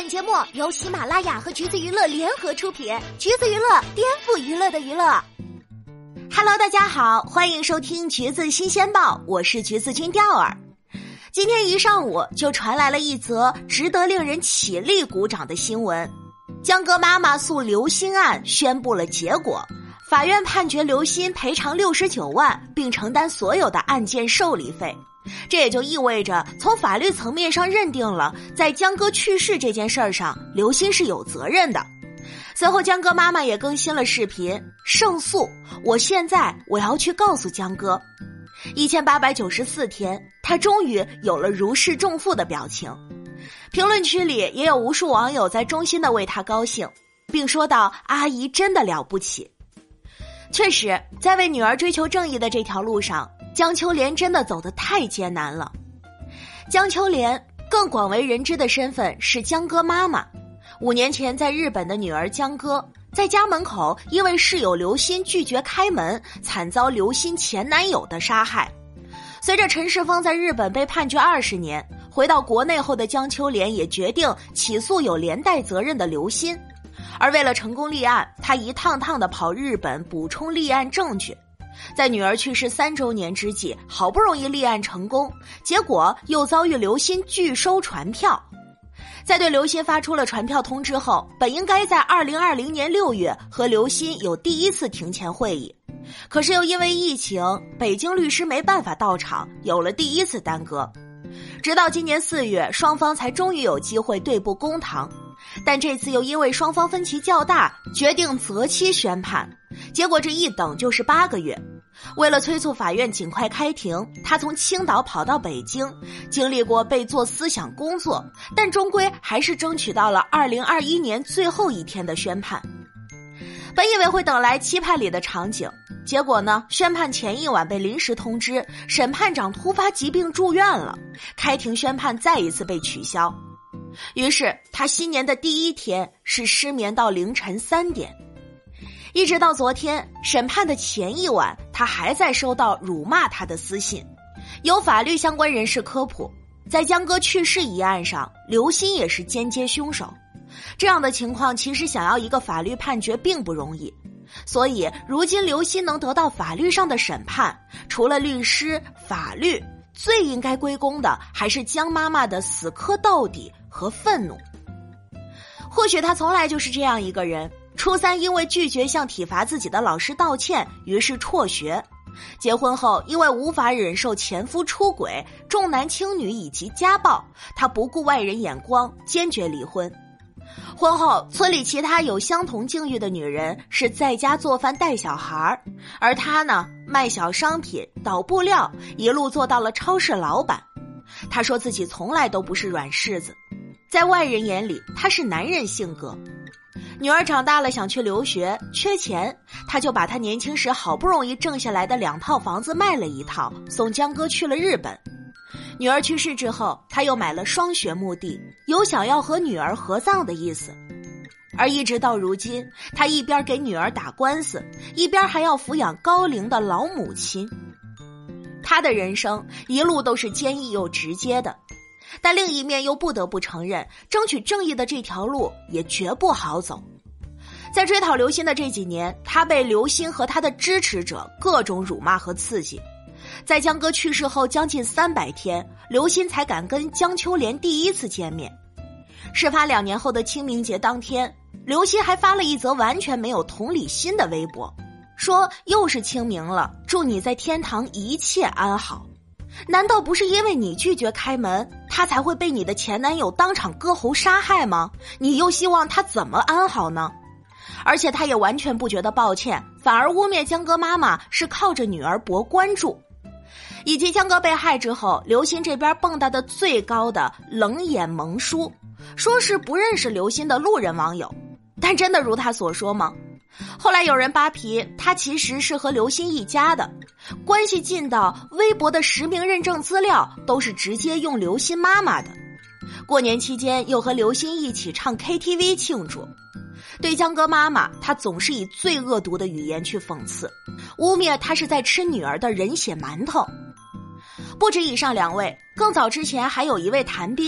本节目由喜马拉雅和橘子娱乐联合出品，橘子娱乐颠覆娱乐的娱乐。Hello， 大家好，欢迎收听橘子新鲜报，我是橘子君钓儿。今天一上午就传来了一则值得令人起立鼓掌的新闻，江歌妈妈诉刘鑫案宣布了结果，法院判决刘鑫赔偿69万，并承担所有的案件受理费。这也就意味着从法律层面上认定了在江歌去世这件事上刘鑫是有责任的。随后江歌妈妈也更新了视频，胜诉，我要去告诉江歌。1894天，她终于有了如释重负的表情。评论区里也有无数网友在衷心的为她高兴，并说道阿姨真的了不起。确实，在为女儿追求正义的这条路上，江秋莲真的走得太艰难了。江秋莲更广为人知的身份是江歌妈妈。5年前在日本的女儿江歌，在家门口因为室友刘鑫拒绝开门，惨遭刘鑫前男友的杀害。随着陈世峰在日本被判决20年，回到国内后的江秋莲也决定起诉有连带责任的刘鑫。而为了成功立案，她一趟趟地跑日本补充立案证据。在女儿去世3周年之际，好不容易立案成功，结果又遭遇刘鑫拒收传票。在对刘鑫发出了传票通知后，本应该在2020年6月和刘鑫有第一次庭前会议，可是又因为疫情，北京律师没办法到场，有了第一次耽搁。直到今年4月，双方才终于有机会对簿公堂，但这次又因为双方分歧较大，决定择期宣判。结果这一等就是8个月。为了催促法院尽快开庭，他从青岛跑到北京，经历过被做思想工作，但终归还是争取到了2021年最后一天的宣判。本以为会等来期盼里的场景，结果呢，宣判前一晚被临时通知审判长突发疾病住院了，开庭宣判再一次被取消。于是他新年的第一天是失眠到凌晨3点。一直到昨天审判的前一晚，他还在收到辱骂他的私信。有法律相关人士科普，在江歌去世一案上，刘鑫也是间接凶手。这样的情况其实想要一个法律判决并不容易，所以如今刘鑫能得到法律上的审判，除了律师、法律，最应该归功的还是江妈妈的死磕到底和愤怒。或许他从来就是这样一个人，初3因为拒绝向体罚自己的老师道歉，于是辍学。结婚后因为无法忍受前夫出轨、重男轻女以及家暴，他不顾外人眼光，坚决离婚。婚后村里其他有相同境遇的女人是在家做饭带小孩，而他呢，卖小商品、倒布料，一路做到了超市老板。他说自己从来都不是软柿子，在外人眼里他是男人性格。女儿长大了想去留学，缺钱，他就把他年轻时好不容易挣下来的2套房子卖了1套，送江歌去了日本。女儿去世之后，他又买了双学墓地，有想要和女儿合葬的意思。而一直到如今，他一边给女儿打官司，一边还要抚养高龄的老母亲。他的人生一路都是坚毅又直接的，但另一面又不得不承认，争取正义的这条路也绝不好走。在追讨刘鑫的这几年，他被刘鑫和他的支持者各种辱骂和刺激。在江歌去世后将近300天，刘鑫才敢跟江秋莲第一次见面。事发2年后的清明节当天，刘鑫还发了一则完全没有同理心的微博，说又是清明了，祝你在天堂一切安好。难道不是因为你拒绝开门，他才会被你的前男友当场割喉杀害吗？你又希望他怎么安好呢？而且他也完全不觉得抱歉，反而污蔑江歌妈妈是靠着女儿博关注。以及江歌被害之后，刘鑫这边蹦跶的最高的冷眼萌叔，说是不认识刘鑫的路人网友，但真的如他所说吗？后来有人扒皮，他其实是和刘鑫一家的，关系近到微博的实名认证资料都是直接用刘鑫妈妈的。过年期间又和刘鑫一起唱 KTV 庆祝。对江歌妈妈，他总是以最恶毒的语言去讽刺，污蔑她是在吃女儿的人血馒头。不止以上2位，更早之前还有一位谭斌，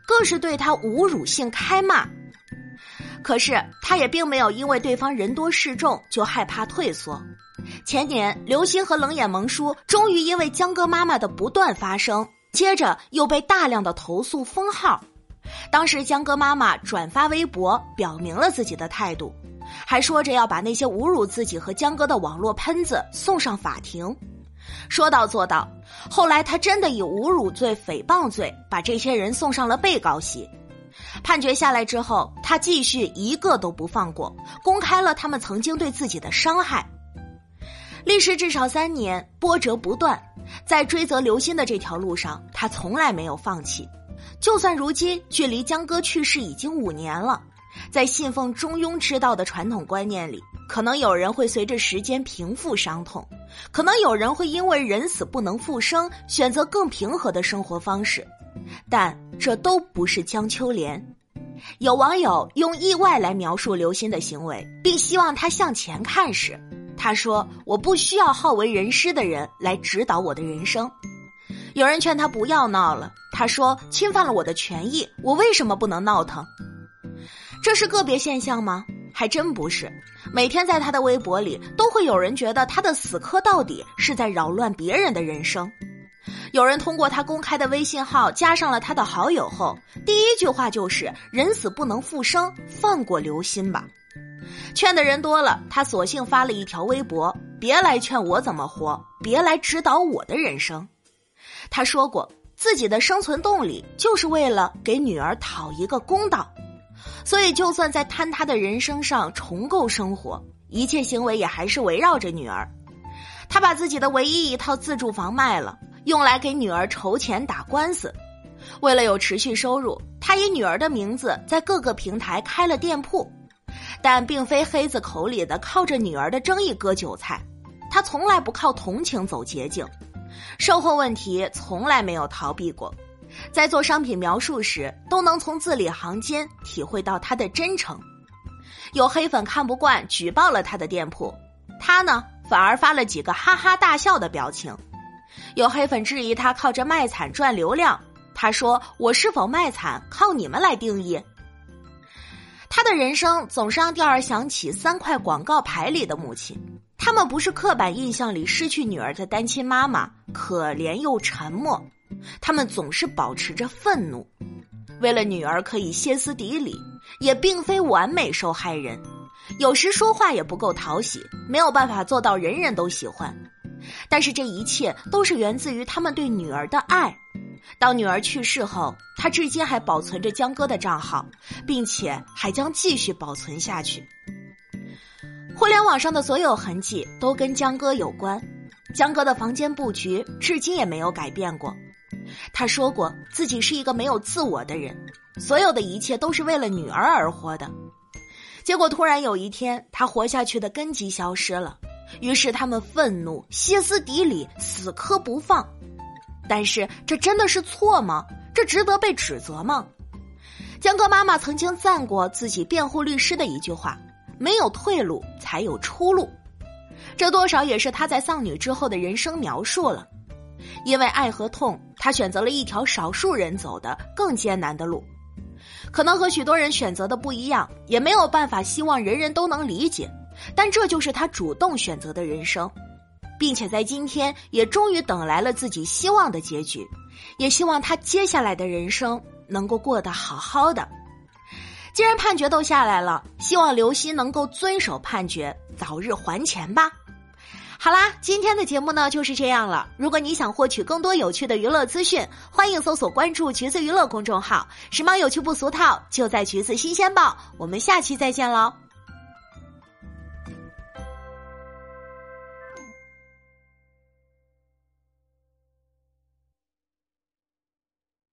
更是对他侮辱性开骂。可是他也并没有因为对方人多势众就害怕退缩。前年刘鑫和冷眼萌叔终于因为江歌妈妈的不断发声，接着又被大量的投诉封号。当时江歌妈妈转发微博表明了自己的态度，还说着要把那些侮辱自己和江歌的网络喷子送上法庭。说到做到，后来他真的以侮辱罪、诽谤罪把这些人送上了被告席。判决下来之后，他继续一个都不放过，公开了他们曾经对自己的伤害。历时至少3年，波折不断，在追责刘鑫的这条路上，他从来没有放弃。就算如今距离江歌去世已经5年了，在信奉中庸之道的传统观念里，可能有人会随着时间平复伤痛，可能有人会因为人死不能复生，选择更平和的生活方式，但这都不是江秋莲。有网友用意外来描述刘鑫的行为，并希望他向前看时，他说：我不需要好为人师的人来指导我的人生。有人劝他不要闹了，他说：侵犯了我的权益，我为什么不能闹腾？这是个别现象吗？还真不是。每天在他的微博里都会有人觉得他的死磕到底是在扰乱别人的人生。有人通过他公开的微信号加上了他的好友后，第一句话就是人死不能复生，放过刘鑫吧。劝的人多了，他索性发了一条微博：别来劝我怎么活，别来指导我的人生。他说过，自己的生存动力就是为了给女儿讨一个公道，所以就算在坍塌的人生上重构生活，一切行为也还是围绕着女儿。他把自己的唯一一套自住房卖了，用来给女儿筹钱打官司。为了有持续收入，他以女儿的名字在各个平台开了店铺，但并非黑子口里的靠着女儿的争议割韭菜，他从来不靠同情走捷径，售后问题从来没有逃避过。在做商品描述时，都能从字里行间体会到他的真诚。有黑粉看不惯，举报了他的店铺，他呢，反而发了几个哈哈大笑的表情。有黑粉质疑他靠着卖惨赚流量，他说：我是否卖惨，靠你们来定义。他的人生总是让第二想起3块广告牌里的母亲，他们不是刻板印象里失去女儿的单亲妈妈，可怜又沉默，他们总是保持着愤怒，为了女儿可以歇斯底里，也并非完美受害人，有时说话也不够讨喜，没有办法做到人人都喜欢，但是这一切都是源自于他们对女儿的爱。当女儿去世后，他至今还保存着江歌的账号，并且还将继续保存下去。互联网上的所有痕迹都跟江歌有关，江歌的房间布局至今也没有改变过。他说过自己是一个没有自我的人，所有的一切都是为了女儿而活的。结果突然有一天，他活下去的根基消失了，于是他们愤怒、歇斯底里、死磕不放。但是这真的是错吗？这值得被指责吗？江歌妈妈曾经赞过自己辩护律师的一句话：没有退路才有出路。这多少也是她在丧女之后的人生描述了。因为爱和痛，她选择了一条少数人走的更艰难的路，可能和许多人选择的不一样，也没有办法希望人人都能理解，但这就是她主动选择的人生，并且在今天也终于等来了自己希望的结局，也希望她接下来的人生能够过得好好的。既然判决都下来了，希望刘鑫能够遵守判决，早日还钱吧。好啦，今天的节目呢就是这样了。如果你想获取更多有趣的娱乐资讯，欢迎搜索关注橘子娱乐公众号，时髦有趣不俗套，就在橘子新鲜报。我们下期再见喽。